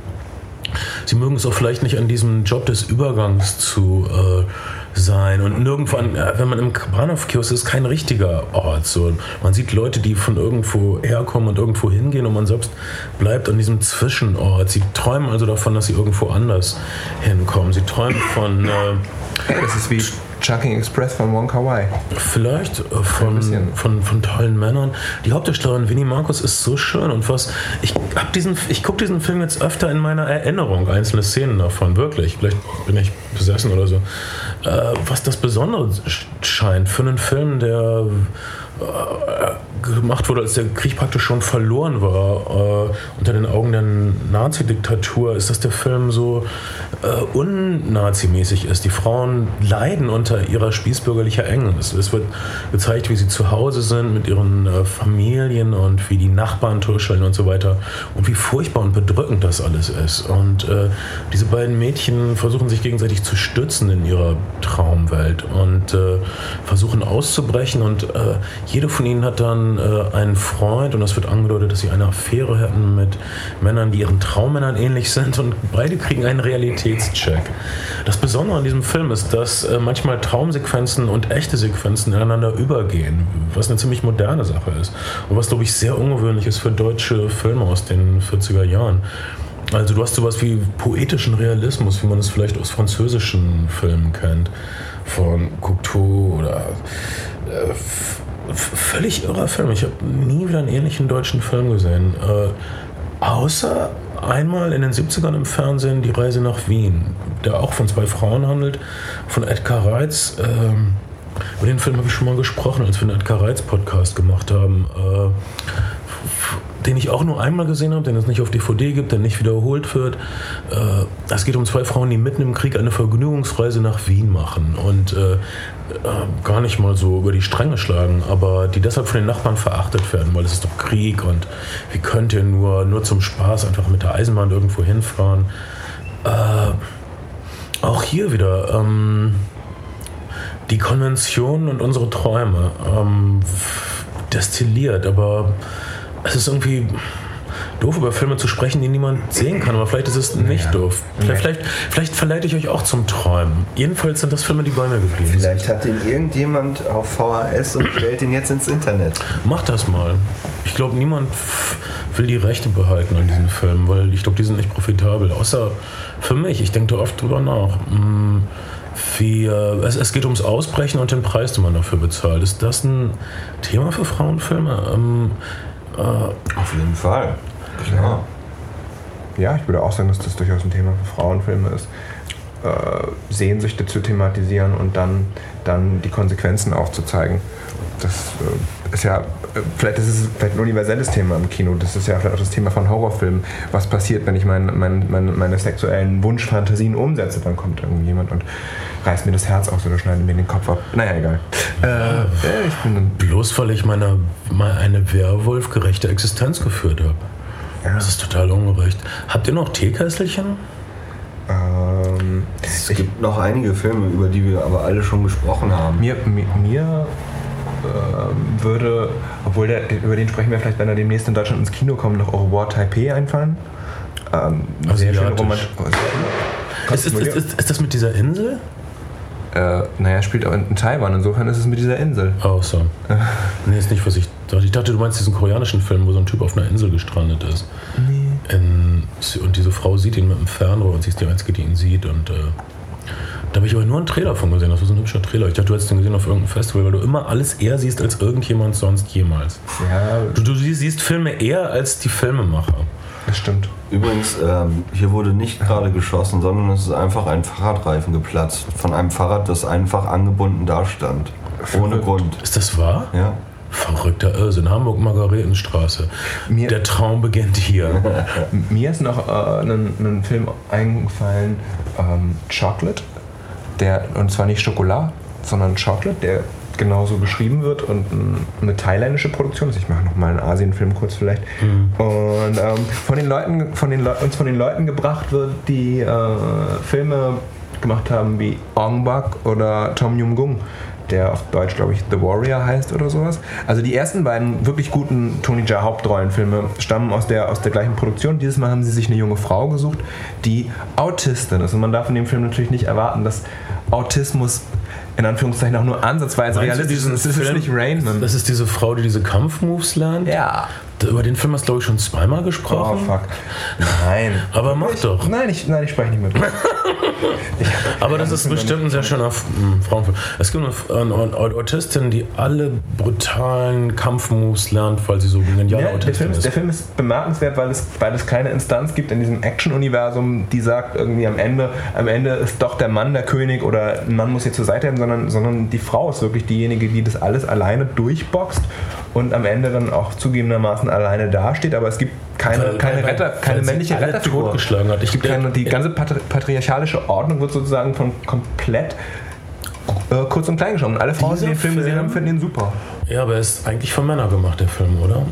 Sie mögen es auch vielleicht nicht an diesem Job des Übergangs zu äh, sein. Und nirgendwo, an, wenn man im Bahnhofkiosk ist, kein richtiger Ort. So, man sieht Leute, die von irgendwo herkommen und irgendwo hingehen und man selbst bleibt an diesem Zwischenort. Sie träumen also davon, dass sie irgendwo anders hinkommen. Sie träumen von... Äh, das ist wie Chunking Express von Wong Kar-wai. Vielleicht äh, von, von, von tollen Männern. Die Hauptdarstellerin Winnie Markus ist so schön und was ich hab diesen ich gucke diesen Film jetzt öfter in meiner Erinnerung, einzelne Szenen davon, wirklich. Vielleicht bin ich besessen oder so. Äh, was das Besondere scheint für einen Film, der äh, gemacht wurde, als der Krieg praktisch schon verloren war, äh, unter den Augen der Nazi-Diktatur, ist, dass der Film so äh, unnazimäßig ist. Die Frauen leiden unter ihrer spießbürgerlicher Enge. Es, es wird gezeigt, wie sie zu Hause sind mit ihren äh, Familien und wie die Nachbarn tuscheln und so weiter und wie furchtbar und bedrückend das alles ist. Und äh, diese beiden Mädchen versuchen sich gegenseitig zu stützen in ihrer Traumwelt und äh, versuchen auszubrechen und äh, jede von ihnen hat dann äh, einen Freund und es wird angedeutet, dass sie eine Affäre hatten mit Männern, die ihren Traummännern ähnlich sind und beide kriegen einen Realitätscheck. Das Besondere an diesem Film ist, dass äh, manchmal Traumsequenzen und echte Sequenzen ineinander übergehen, was eine ziemlich moderne Sache ist und was, glaube ich, sehr ungewöhnlich ist für deutsche Filme aus den vierziger Jahren. Also du hast sowas wie poetischen Realismus, wie man es vielleicht aus französischen Filmen kennt, von Cocteau oder äh, f- völlig irrer Film. Ich habe nie wieder einen ähnlichen deutschen Film gesehen. Äh, außer einmal in den siebzigern im Fernsehen Die Reise nach Wien, der auch von zwei Frauen handelt, von Edgar Reitz. Ähm, über den Film habe ich schon mal gesprochen, als wir einen Edgar Reitz Podcast gemacht haben. Äh, den ich auch nur einmal gesehen habe, den es nicht auf D V D gibt, der nicht wiederholt wird. Äh, es geht um zwei Frauen, die mitten im Krieg eine Vergnügungsreise nach Wien machen und äh, äh, gar nicht mal so über die Stränge schlagen, aber die deshalb von den Nachbarn verachtet werden, weil es ist doch Krieg und wie könnt ihr nur, nur zum Spaß einfach mit der Eisenbahn irgendwo hinfahren. Äh, auch hier wieder ähm, die Konventionen und unsere Träume ähm, destilliert, aber es ist irgendwie doof, über Filme zu sprechen, die niemand sehen kann, aber vielleicht ist es nicht ja. doof. Vielleicht, vielleicht, vielleicht verleite ich euch auch zum Träumen. Jedenfalls sind das Filme, die bei mir geblieben sind. Vielleicht hat den irgendjemand auf V H S und stellt den jetzt ins Internet. Mach das mal. Ich glaube, niemand will die Rechte behalten an diesen Filmen, weil ich glaube, die sind nicht profitabel. Außer für mich. Ich denke da oft drüber nach. Wie, äh, es, es geht ums Ausbrechen und den Preis, den man dafür bezahlt. Ist das ein Thema für Frauenfilme? Ähm, äh, Auf jeden Fall. Klar. Ja, ich würde auch sagen, dass das durchaus ein Thema für Frauenfilme ist. Äh, Sehnsüchte zu thematisieren und dann, dann die Konsequenzen aufzuzeigen. Das äh, ist ja, vielleicht ist es vielleicht ein universelles Thema im Kino. Das ist ja vielleicht auch das Thema von Horrorfilmen. Was passiert, wenn ich mein, mein, meine, meine sexuellen Wunschfantasien umsetze? Dann kommt irgendjemand und reißt mir das Herz aus oder schneidet mir den Kopf ab. Naja, egal. Äh, ich bin bloß, weil ich meine, mal eine Werwolf-gerechte Existenz geführt habe. Ja. Das ist total ungerecht. Habt ihr noch Teekesselchen? Ähm, es gibt ich, noch einige Filme, über die wir aber alle schon gesprochen haben. Mir, mir, mir äh, würde, obwohl der, über den sprechen wir vielleicht, wenn er demnächst in Deutschland ins Kino kommt, noch Au revoir Taipei einfallen. Ähm, sehr schön romantisch. Ist, ist, ist, ist, ist das mit dieser Insel? Äh, naja, spielt aber in Taiwan, insofern ist es mit dieser Insel. Oh, so. Nee, ist nicht, was ich dachte. Ich dachte, du meinst diesen koreanischen Film, wo so ein Typ auf einer Insel gestrandet ist. Nee. In, und diese Frau sieht ihn mit dem Fernrohr und sie ist die Einzige, die ihn sieht. Und äh, da habe ich aber nur einen Trailer von gesehen. Das war so ein hübscher Trailer. Ich dachte, du hättest den gesehen auf irgendeinem Festival, weil du immer alles eher siehst als irgendjemand sonst jemals. Ja. Du, du siehst Filme eher als die Filmemacher. Das stimmt. Übrigens, ähm, hier wurde nicht gerade geschossen, sondern es ist einfach ein Fahrradreifen geplatzt. Von einem Fahrrad, das einfach angebunden dastand. Ohne Grund. Ist das wahr? Ja. verrückter Irrsinn. Hamburg, Margaretenstraße. Mir, der Traum beginnt hier. Mir ist noch äh, ein, ein Film eingefallen, ähm, Chocolate, der, und zwar nicht Schokolade, sondern Chocolate, der genauso beschrieben wird und eine thailändische Produktion ist. Ich mache nochmal einen Asienfilm kurz vielleicht. Mhm. Und ähm, von den Leuten, von den Le- uns von den Leuten gebracht wird, die äh, Filme gemacht haben wie Ong Bak oder Tom Yum-Gung, der auf Deutsch, glaube ich, The Warrior heißt oder sowas. Also die ersten beiden wirklich guten Tony Jaa Hauptrollenfilme stammen aus der, aus der gleichen Produktion. Dieses Mal haben sie sich eine junge Frau gesucht, die Autistin ist. Und man darf in dem Film natürlich nicht erwarten, dass Autismus in Anführungszeichen auch nur ansatzweise realistisch ist. Das ist nicht Rain Man. Das ist diese Frau, die diese Kampfmoves lernt? Ja. Über den Film hast du, glaube ich, schon zweimal gesprochen. Oh, fuck. Nein. Aber mach ich, doch. Nein, ich, nein, ich spreche nicht mit. Aber das ist bestimmt ein sehr schöner mh, Frauenfilm. Es gibt eine, eine Autistin, die alle brutalen Kampfmoves lernt, weil sie so genial ja, Autistin der Film, ist. Der Film ist bemerkenswert, weil es, weil es keine Instanz gibt in diesem Action-Universum, die sagt irgendwie am Ende, am Ende ist doch der Mann der König oder ein Mann muss hier zur Seite haben, sondern, sondern die Frau ist wirklich diejenige, die das alles alleine durchboxt und am Ende dann auch zugegebenermaßen alleine dasteht, aber es gibt keine, weil, keine, weil, Retter, keine männliche Retterfigur. Totgeschlagen hat. Ich gibt keine, die ganze patriarchalische Ordnung wird sozusagen von komplett äh, kurz und klein geschaut. Und alle Frauen, die den Film gesehen haben, finden ihn super. Ja, aber er ist eigentlich von Männern gemacht, der Film, oder?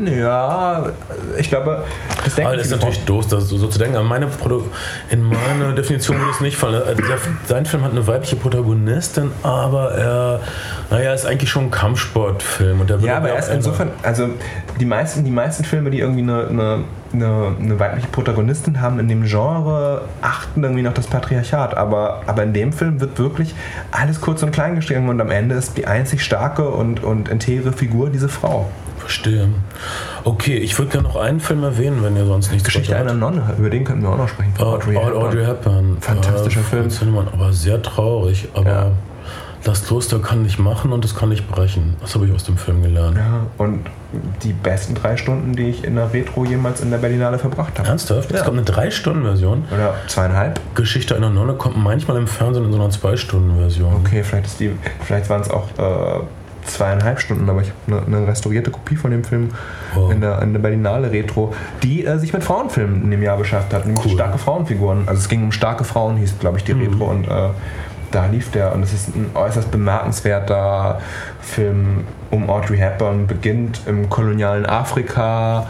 Ja, ich glaube, das denke ich. Das ist natürlich doof, das so, so zu denken. Aber meine Produ- in meiner Definition würde es nicht fallen. Sein Film hat eine weibliche Protagonistin, aber er, naja, ist eigentlich schon ein Kampfsportfilm. Und der ja, aber er ist insofern, also die meisten, die meisten Filme, die irgendwie eine, eine, eine, eine weibliche Protagonistin haben in dem Genre, achten irgendwie noch das Patriarchat. Aber, aber in dem Film wird wirklich alles kurz und klein gestrichen und am Ende ist die einzig starke und, und integre Figur diese Frau. Verstehe. Okay, ich würde gerne noch einen Film erwähnen, wenn ihr sonst nichts Geschichte einer Nonne, über den könnten wir auch noch sprechen. Uh, Audrey, Audrey Hepburn. Fantastischer uh, Film. Cinnamon, aber sehr traurig. Aber ja. Das Kloster kann nicht machen und es kann nicht brechen. Das habe ich aus dem Film gelernt. Ja, und die besten drei Stunden, die ich in der Retro jemals in der Berlinale verbracht habe. Ernsthaft? Es ja. kommt eine drei Stunden Version? Oder zweieinhalb. Geschichte einer Nonne kommt manchmal im Fernsehen in so einer zwei Stunden Version. Okay, vielleicht, ist die, vielleicht waren es auch äh, zweieinhalb Stunden, aber ich habe eine, eine restaurierte Kopie von dem Film oh. in, der, in der Berlinale Retro, die äh, sich mit Frauenfilmen in dem Jahr beschäftigt hat. Nämlich cool. Starke Frauenfiguren. Also es ging um starke Frauen, hieß glaube ich die mhm. Retro und äh, da lief der und es ist ein äußerst bemerkenswerter Film um Audrey Hepburn, beginnt im kolonialen Afrika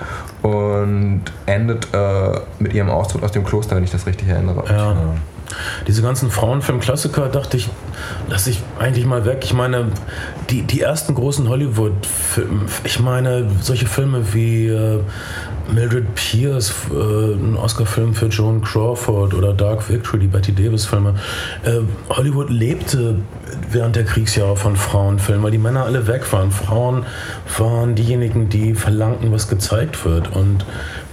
und endet äh, mit ihrem Austritt aus dem Kloster, wenn ich das richtig erinnere. Ja. Diese ganzen Frauenfilm-Klassiker dachte ich, lass ich eigentlich mal weg. Ich meine, die, die ersten großen Hollywood-Filme, ich meine, solche Filme wie äh, Mildred Pierce, äh, ein Oscar-Film für Joan Crawford oder Dark Victory, die Bette Davis-Filme. Äh, Hollywood lebte während der Kriegsjahre von Frauenfilmen, weil die Männer alle weg waren. Frauen waren diejenigen, die verlangten, was gezeigt wird. Und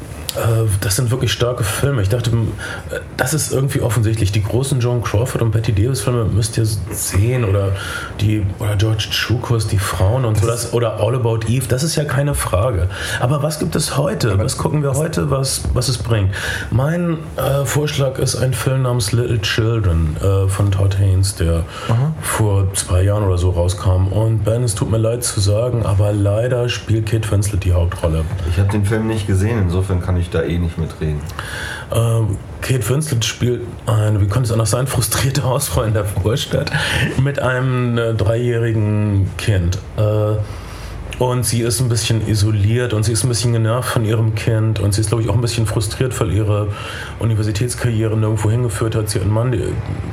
das sind wirklich starke Filme. Ich dachte, das ist irgendwie offensichtlich. Die großen Joan Crawford und Bette Davis Filme müsst ihr sehen oder die oder George Cukors, die Frauen und so das oder All About Eve. Das ist ja keine Frage. Aber was gibt es heute? Was gucken wir heute, was, was es bringt? Mein äh, Vorschlag ist ein Film namens Little Children äh, von Todd Haynes, der Aha. vor zwei Jahren oder so rauskam. Und Ben, es tut mir leid zu sagen, aber leider spielt Kate Winslet die Hauptrolle. Ich habe den Film nicht gesehen, insofern kann ich da eh nicht mitreden. Ähm, Kate Winslet spielt eine, wie konnte es anders sein, frustrierte Hausfrau in der Vorstadt mit einem äh, dreijährigen Kind. Äh, und sie ist ein bisschen isoliert und sie ist ein bisschen genervt von ihrem Kind und sie ist, glaube ich, auch ein bisschen frustriert, weil ihre Universitätskarriere nirgendwo hingeführt hat. Sie hat einen Mann, der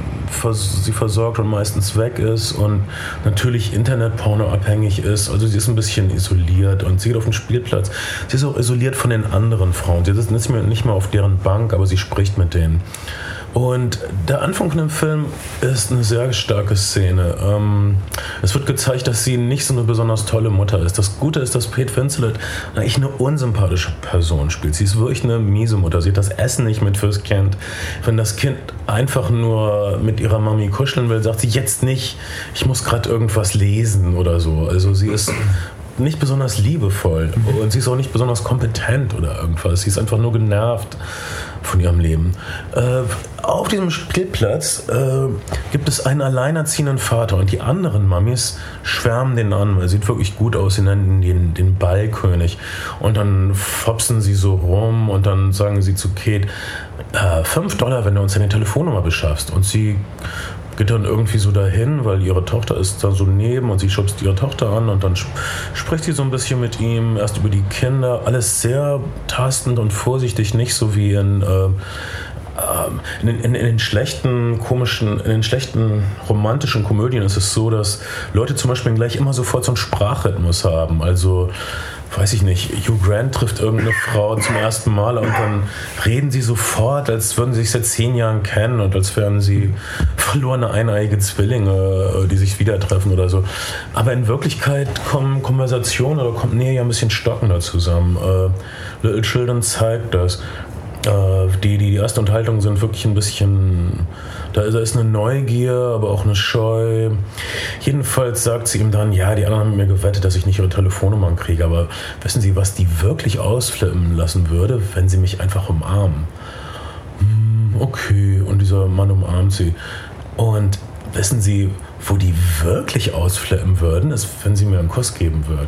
sie versorgt und meistens weg ist und natürlich Internetporno abhängig ist. Also sie ist ein bisschen isoliert und sie geht auf den Spielplatz. Sie ist auch isoliert von den anderen Frauen. Sie sitzt nicht mehr, nicht mehr auf deren Bank, aber sie spricht mit denen. Und der Anfang von dem Film ist eine sehr starke Szene. Ähm, es wird gezeigt, dass sie nicht so eine besonders tolle Mutter ist. Das Gute ist, dass Kate Winslet eigentlich eine unsympathische Person spielt. Sie ist wirklich eine miese Mutter. Sie hat das Essen nicht mit fürs Kind. Wenn das Kind einfach nur mit ihrer Mami kuscheln will, sagt sie jetzt nicht, ich muss gerade irgendwas lesen oder so. Also sie ist nicht besonders liebevoll mhm. und sie ist auch nicht besonders kompetent oder irgendwas. Sie ist einfach nur genervt von ihrem Leben. Äh, auf diesem Spielplatz äh, gibt es einen alleinerziehenden Vater und die anderen Mamis schwärmen den an, weil er sieht wirklich gut aus, sie nennen den, den Ballkönig und dann fopsen sie so rum und dann sagen sie zu Kate, äh, fünf Dollar, wenn du uns deine Telefonnummer beschaffst, und sie geht dann irgendwie so dahin, weil ihre Tochter ist da so neben und sie schubst ihre Tochter an und dann sp- spricht sie so ein bisschen mit ihm, erst über die Kinder, alles sehr tastend und vorsichtig, nicht so wie in, äh, in, in, in den schlechten, komischen, in den schlechten romantischen Komödien ist es so, dass Leute zum Beispiel gleich immer sofort so einen Sprachrhythmus haben, also weiß ich nicht, Hugh Grant trifft irgendeine Frau zum ersten Mal und dann reden sie sofort, als würden sie sich seit zehn Jahren kennen und als wären sie verlorene eineige Zwillinge, die sich wieder treffen oder so. Aber in Wirklichkeit kommen Konversationen oder kommt Nähe ja ein bisschen stockender zusammen. Äh, Little Children zeigt das. Äh, die, die erste Unterhaltung sind wirklich ein bisschen... Da ist eine Neugier, aber auch eine Scheu. Jedenfalls sagt sie ihm dann, ja, die anderen haben mir gewettet, dass ich nicht ihre Telefonnummer kriege. Aber wissen Sie, was die wirklich ausflippen lassen würde, wenn sie mich einfach umarmen? Hm, okay, und dieser Mann umarmt sie. Und wissen Sie, wo die wirklich ausflippen würden, ist, wenn sie mir einen Kuss geben würden.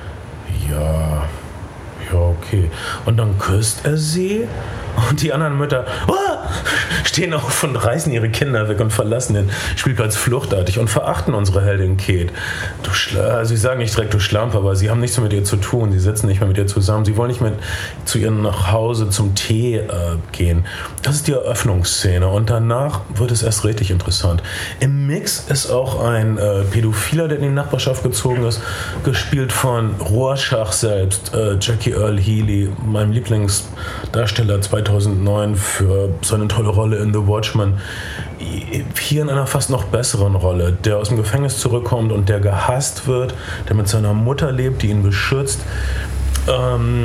Ja, ja, okay. Und dann küsst er sie und die anderen Mütter oh, stehen auf und reißen ihre Kinder weg und verlassen den Spielplatz fluchtartig und verachten unsere Heldin Kate. Du Schla- also sie sagen nicht direkt, du Schlampe, aber sie haben nichts mehr mit ihr zu tun. Sie sitzen nicht mehr mit ihr zusammen. Sie wollen nicht mehr zu ihr nach Hause zum Tee äh, gehen. Das ist die Eröffnungsszene und danach wird es erst richtig interessant. Im Mix ist auch ein äh, Pädophiler, der in die Nachbarschaft gezogen ist, gespielt von Rorschach selbst, äh, Jackie Earle Healy, meinem Lieblingsdarsteller zweitausendneun für seine tolle Rolle in The Watchmen. Hier in einer fast noch besseren Rolle, der aus dem Gefängnis zurückkommt und der gehasst wird, der mit seiner Mutter lebt, die ihn beschützt. Ähm,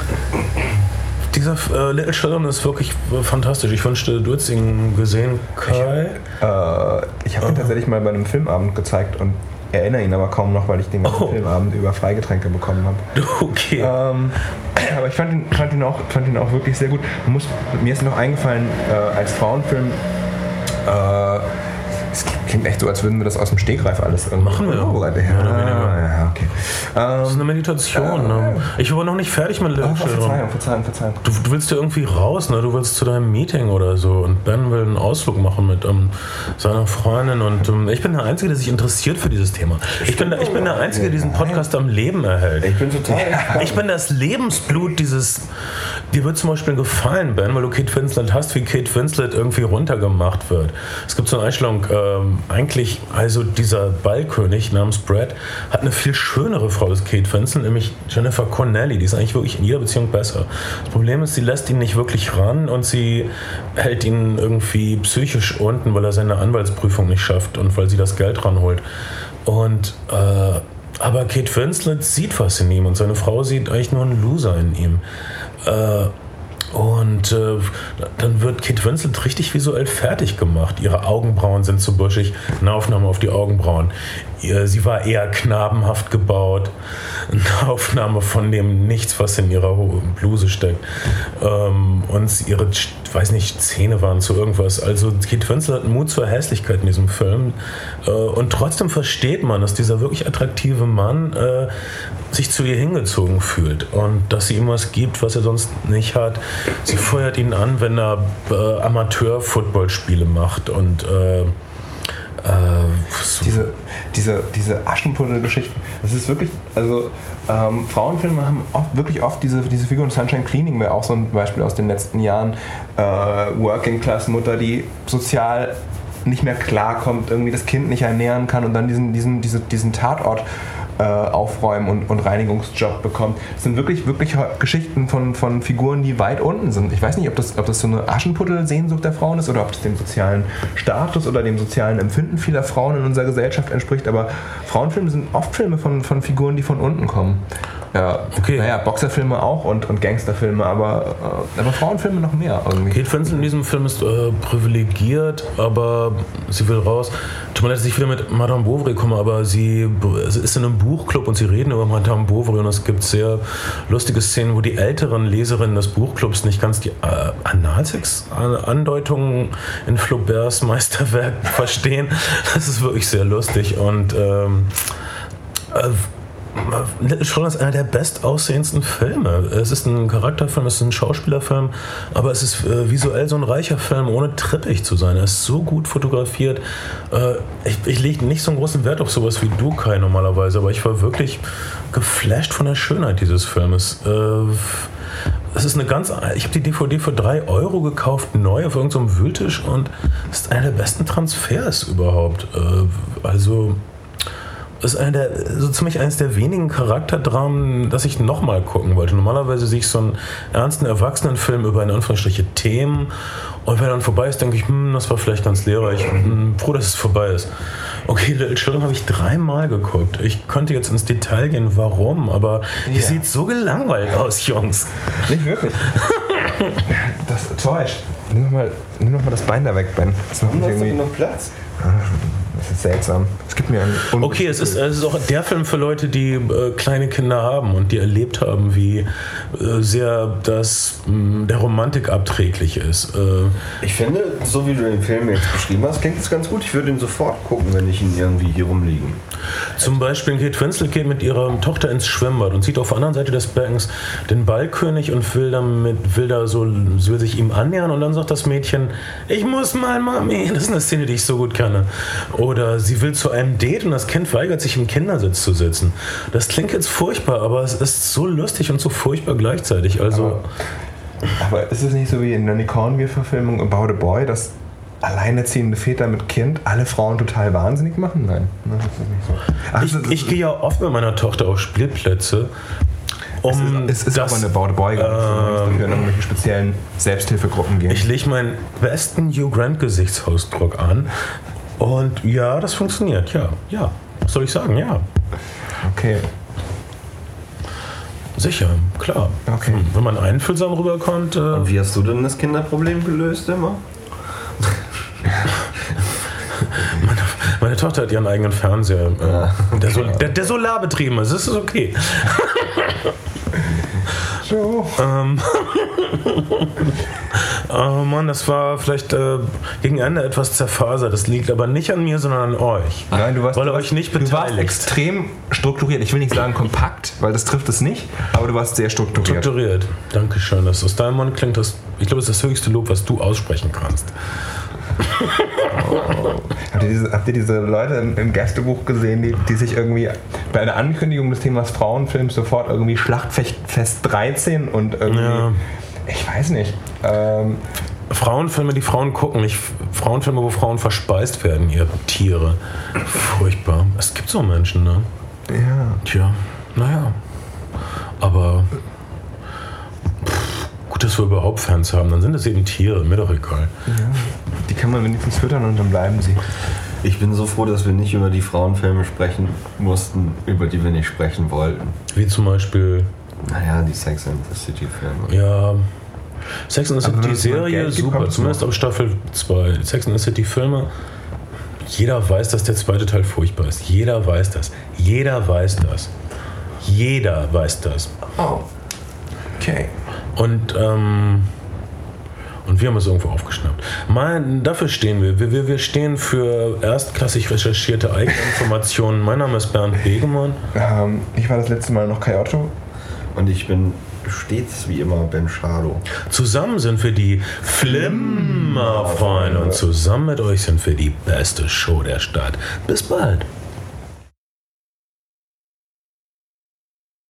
dieser äh, Little Children ist wirklich fantastisch. Ich wünschte, du hättest ihn gesehen, Kai. Ich, äh, ich habe ihn tatsächlich mal bei einem Filmabend gezeigt und erinnere ihn aber kaum noch, weil ich den ganzen oh. Filmabend über Freigetränke bekommen habe. Okay. Ähm, aber ich fand ihn, fand, ihn auch, fand ihn auch wirklich sehr gut. Man muss, mir ist noch eingefallen, äh, als Frauenfilm, äh, es klingt echt so, als würden wir das aus dem Stegreif alles irgendwie machen wir. Oh, ja, ja, ja, okay. Das ist eine Meditation. Äh, ne? Ich war noch nicht fertig mit Little oh, Children. Verzeihung, Verzeihung, Verzeihung. Du, du willst ja irgendwie raus, ne? Du willst zu deinem Meeting oder so und Ben will einen Ausflug machen mit ähm, seiner Freundin und ähm, ich bin der Einzige, der sich interessiert für dieses Thema. Ich bin der, ich bin der Einzige, der diesen Podcast am Leben erhält. Ich bin total... Ich bin das Lebensblut dieses... Dir wird zum Beispiel gefallen, Ben, weil du Kate Winslet hast, wie Kate Winslet irgendwie runtergemacht wird. Es gibt so eine Einstellung, ähm, eigentlich, also dieser Ballkönig namens Brad hat eine viel schönere Frau als Kate Winslet, nämlich Jennifer Connelly. Die ist eigentlich wirklich in jeder Beziehung besser. Das Problem ist, sie lässt ihn nicht wirklich ran und sie hält ihn irgendwie psychisch unten, weil er seine Anwaltsprüfung nicht schafft und weil sie das Geld ranholt. Und äh, aber Kate Winslet sieht was in ihm und seine Frau sieht eigentlich nur einen Loser in ihm. Äh, Und äh, dann wird Kate Winslet richtig visuell fertig gemacht. Ihre Augenbrauen sind zu buschig. Eine Aufnahme auf die Augenbrauen. Ihr, sie war eher knabenhaft gebaut. Eine Aufnahme von dem Nichts, was in ihrer Bluse steckt. Ähm, und ihre, weiß nicht, Zähne waren zu irgendwas. Also Kate Winslet hat Mut zur Hässlichkeit in diesem Film. Äh, und trotzdem versteht man, dass dieser wirklich attraktive Mann äh, sich zu ihr hingezogen fühlt. Und dass sie ihm was gibt, was er sonst nicht hat. Sie feuert ihn an, wenn er äh, Amateur-Footballspiele macht und äh, äh, so. diese, diese, diese Aschenputtel-Geschichten, das ist wirklich, also ähm, Frauenfilme haben oft, wirklich oft diese, diese Figur, und Sunshine Cleaning wäre auch so ein Beispiel aus den letzten Jahren, äh, Working-Class-Mutter, die sozial nicht mehr klarkommt, irgendwie das Kind nicht ernähren kann und dann diesen, diesen, diese, diesen Tatort Äh, aufräumen und, und Reinigungsjob bekommt. Das sind wirklich, wirklich Geschichten von, von Figuren, die weit unten sind. Ich weiß nicht, ob das, ob das so eine Aschenputtel-Sehnsucht der Frauen ist oder ob das dem sozialen Status oder dem sozialen Empfinden vieler Frauen in unserer Gesellschaft entspricht, aber Frauenfilme sind oft Filme von, von Figuren, die von unten kommen. Ja, Okay. Naja, Boxerfilme auch und, und Gangsterfilme, aber, äh, aber Frauenfilme noch mehr irgendwie. Kate Winslet in diesem Film ist äh, privilegiert, aber sie will raus. Tut mir leid, dass ich wieder mit Madame Bovary komme, aber sie, sie ist in einem Buchclub und sie reden über Madame Bovary und es gibt sehr lustige Szenen, wo die älteren Leserinnen des Buchclubs nicht ganz die äh, Analsex-Andeutungen in Flauberts Meisterwerk verstehen. Das ist wirklich sehr lustig und ähm, äh, Little Children ist einer der bestaussehendsten Filme. Es ist ein Charakterfilm, es ist ein Schauspielerfilm, aber es ist äh, visuell so ein reicher Film, ohne trippig zu sein. Er ist so gut fotografiert. Äh, ich ich lege nicht so einen großen Wert auf sowas wie du, Kai, normalerweise, aber ich war wirklich geflasht von der Schönheit dieses Filmes. Äh, es ist eine ganz, ich habe die D V D für drei Euro gekauft, neu auf irgendeinem so Wühltisch und es ist einer der besten Transfers überhaupt. Äh, also das ist einer der, so ziemlich eines der wenigen Charakterdramen, das ich nochmal gucken wollte. Normalerweise sehe ich so einen ernsten Erwachsenenfilm über in Anführungsstriche Themen und wenn er dann vorbei ist, denke ich, hm, das war vielleicht ganz lehrreich. Hm, froh, dass es vorbei ist. Okay, Little Children habe ich dreimal geguckt. Ich könnte jetzt ins Detail gehen, warum, aber Ja. die sieht so gelangweilt aus, Jungs. Nicht wirklich. Das täuscht. Nimm doch mal, nimm doch mal das Bein da weg, Ben. Das macht mich irgendwie. noch Platz? Das ist seltsam. Es gibt mir einen. Okay, es ist, es ist auch der Film für Leute, die äh, kleine Kinder haben und die erlebt haben, wie äh, sehr das mh, der Romantik abträglich ist. Äh, Ich finde, so wie du den Film jetzt beschrieben hast, klingt es ganz gut. Ich würde ihn sofort gucken, wenn ich ihn irgendwie hier rumliegen. Zum Beispiel Kate Winslet geht mit ihrer Tochter ins Schwimmbad und sieht auf der anderen Seite des Beckens den Ballkönig und will damit, will da so, sie will sich ihm annähern und dann sagt das Mädchen, ich muss mal, Mami. Das ist eine Szene, die ich so gut kenne. Oder sie will zu einem Date und das Kind weigert sich im Kindersitz zu sitzen. Das klingt jetzt furchtbar, aber es ist so lustig und so furchtbar gleichzeitig. Also Aber, aber ist es nicht so wie in der Cornwell-Verfilmung About a Boy, dass alleinerziehende Väter mit Kind alle Frauen total wahnsinnig machen? Nein, das ist nicht so. Ach, ich, es ist- ich gehe ja oft mit meiner Tochter auf Spielplätze. Um es ist, es ist das, aber eine About a Boy, gar nicht so, dass dafür in irgendwelche speziellen Selbsthilfegruppen gehen. Ich lege meinen besten Hugh Grant Gesichtsausdruck an und ja, das funktioniert, ja, ja. Was soll ich sagen? Ja, Okay. sicher, klar. Okay. Wenn man einfühlsam rüberkommt, äh, Und wie hast du denn das Kinderproblem gelöst immer? meine, meine Tochter hat ihren eigenen Fernseher, äh, der, so, der, der solarbetrieben ist, das ist okay. So. Ähm, oh Mann, das war vielleicht äh, gegen Ende etwas zerfasert. Das liegt aber nicht an mir, sondern an euch. Nein, du warst, Weil ihr du warst, euch nicht du warst beteiligt. extrem strukturiert. Ich will nicht sagen kompakt, weil das trifft es nicht, aber du warst sehr strukturiert. Strukturiert. Dankeschön. Das aus deinem Mund klingt das. Ich glaube, das ist das höchste Lob, was du aussprechen kannst. Habt ihr diese, habt ihr diese Leute im, im Gästebuch gesehen, die, die sich irgendwie bei einer Ankündigung des Themas Frauenfilms sofort irgendwie Schlachtfest dreizehn und irgendwie, Ja. ich weiß nicht, ähm, Frauenfilme, die Frauen gucken, nicht Frauenfilme, wo Frauen verspeist werden, ihr Tiere. Furchtbar. Es gibt so Menschen, ne? ja. Tja, naja. Aber pff, gut, dass wir überhaupt Fans haben. Dann sind es eben Tiere, mir doch egal. Die kann man wenigstens füttern und dann bleiben sie. Ich bin so froh, dass wir nicht über die Frauenfilme sprechen mussten, über die wir nicht sprechen wollten. Wie zum Beispiel, Naja, die Sex and the City Filme. ja, Sex and the Aber wenn City es mal Serie, Geld gibt, super, kommt's zumindest noch. ab Staffel zwei. Sex and the City Filme, jeder weiß, dass der zweite Teil furchtbar ist. Jeder weiß das. Jeder weiß das. Jeder weiß das. Oh. Okay. Und, ähm, und wir haben es irgendwo aufgeschnappt. Mein, dafür stehen wir. wir. Wir wir stehen für erstklassig recherchierte Eigeninformationen. Mein Name ist Bernd Begemann. Ähm, ich war das letzte Mal noch Kai Otto. Und ich bin stets wie immer Ben Schado. Zusammen sind wir die Flimmerfreunde und zusammen mit euch sind wir die beste Show der Stadt. Bis bald.